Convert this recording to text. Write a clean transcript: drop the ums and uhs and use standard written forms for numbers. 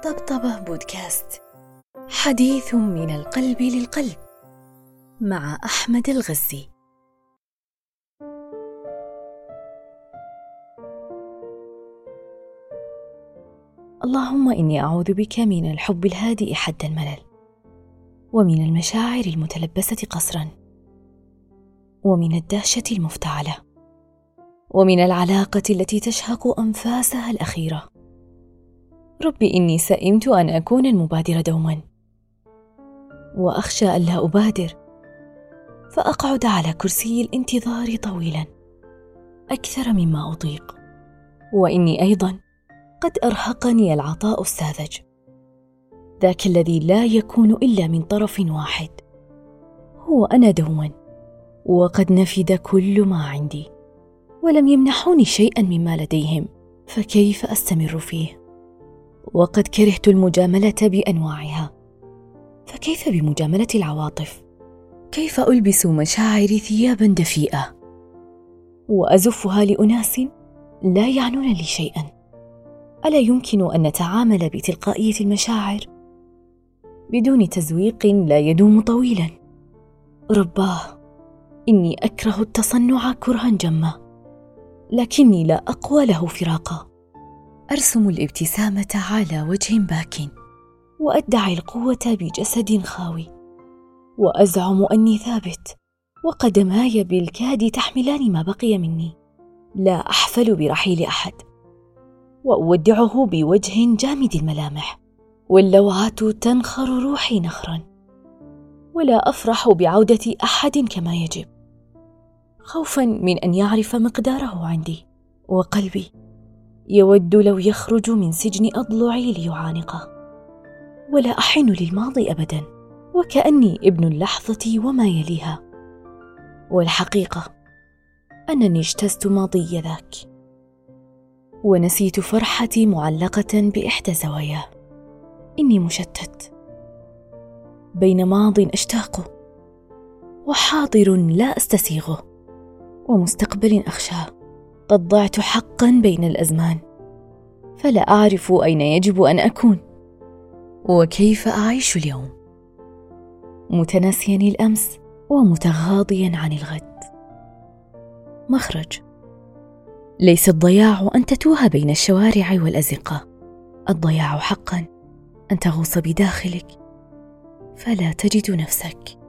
طبطبة بودكاست، حديث من القلب للقلب، مع أحمد الغزي. اللهم إني أعوذ بك من الحب الهادئ حد الملل، ومن المشاعر المتلبسة قسرا، ومن الدهشة المفتعلة، ومن العلاقة التي تشهق أنفاسها الأخيرة. رب إني سئمت أن أكون المبادر دوما، وأخشى ألا أبادر فأقعد على كرسي الانتظار طويلا أكثر مما أطيق. وإني أيضا قد أرهقني العطاء الساذج، ذاك الذي لا يكون إلا من طرف واحد، هو أنا دوما، وقد نفد كل ما عندي ولم يمنحوني شيئا مما لديهم، فكيف أستمر فيه؟ وقد كرهت المجاملة بأنواعها، فكيف بمجاملة العواطف؟ كيف ألبس مشاعري ثيابا دفيئة وأزفها لأناس لا يعنون لي شيئا؟ ألا يمكن أن نتعامل بتلقائية المشاعر بدون تزويق لا يدوم طويلا؟ رباه، إني أكره التصنع كرها جما، لكني لا أقوى له فراقا. أرسم الابتسامة على وجه باك، وأدعي القوة بجسد خاوي، وأزعم أني ثابت، وقدماي بالكاد تحملان ما بقي مني. لا أحفل برحيل أحد، وأودعه بوجه جامد الملامح، واللوعات تنخر روحي نخرا، ولا أفرح بعودة أحد كما يجب، خوفا من أن يعرف مقداره عندي. وقلبي يود لو يخرج من سجن أضلعي ليعانقه. ولا أحن للماضي أبدا، وكأني ابن اللحظة وما يليها. والحقيقة أنني اجتزت ماضي ذاك، ونسيت فرحتي معلقة بإحدى زواياه. إني مشتت بين ماض أشتاقه، وحاضر لا أستسيغه، ومستقبل أخشاه. قد ضعت حقا بين الأزمان، فلا أعرف أين يجب أن أكون، وكيف أعيش اليوم، متناسيا الأمس ومتغاضيا عن الغد. مخرج: ليس الضياع أن تتوه بين الشوارع والأزقة، الضياع حقا أن تغوص بداخلك فلا تجد نفسك.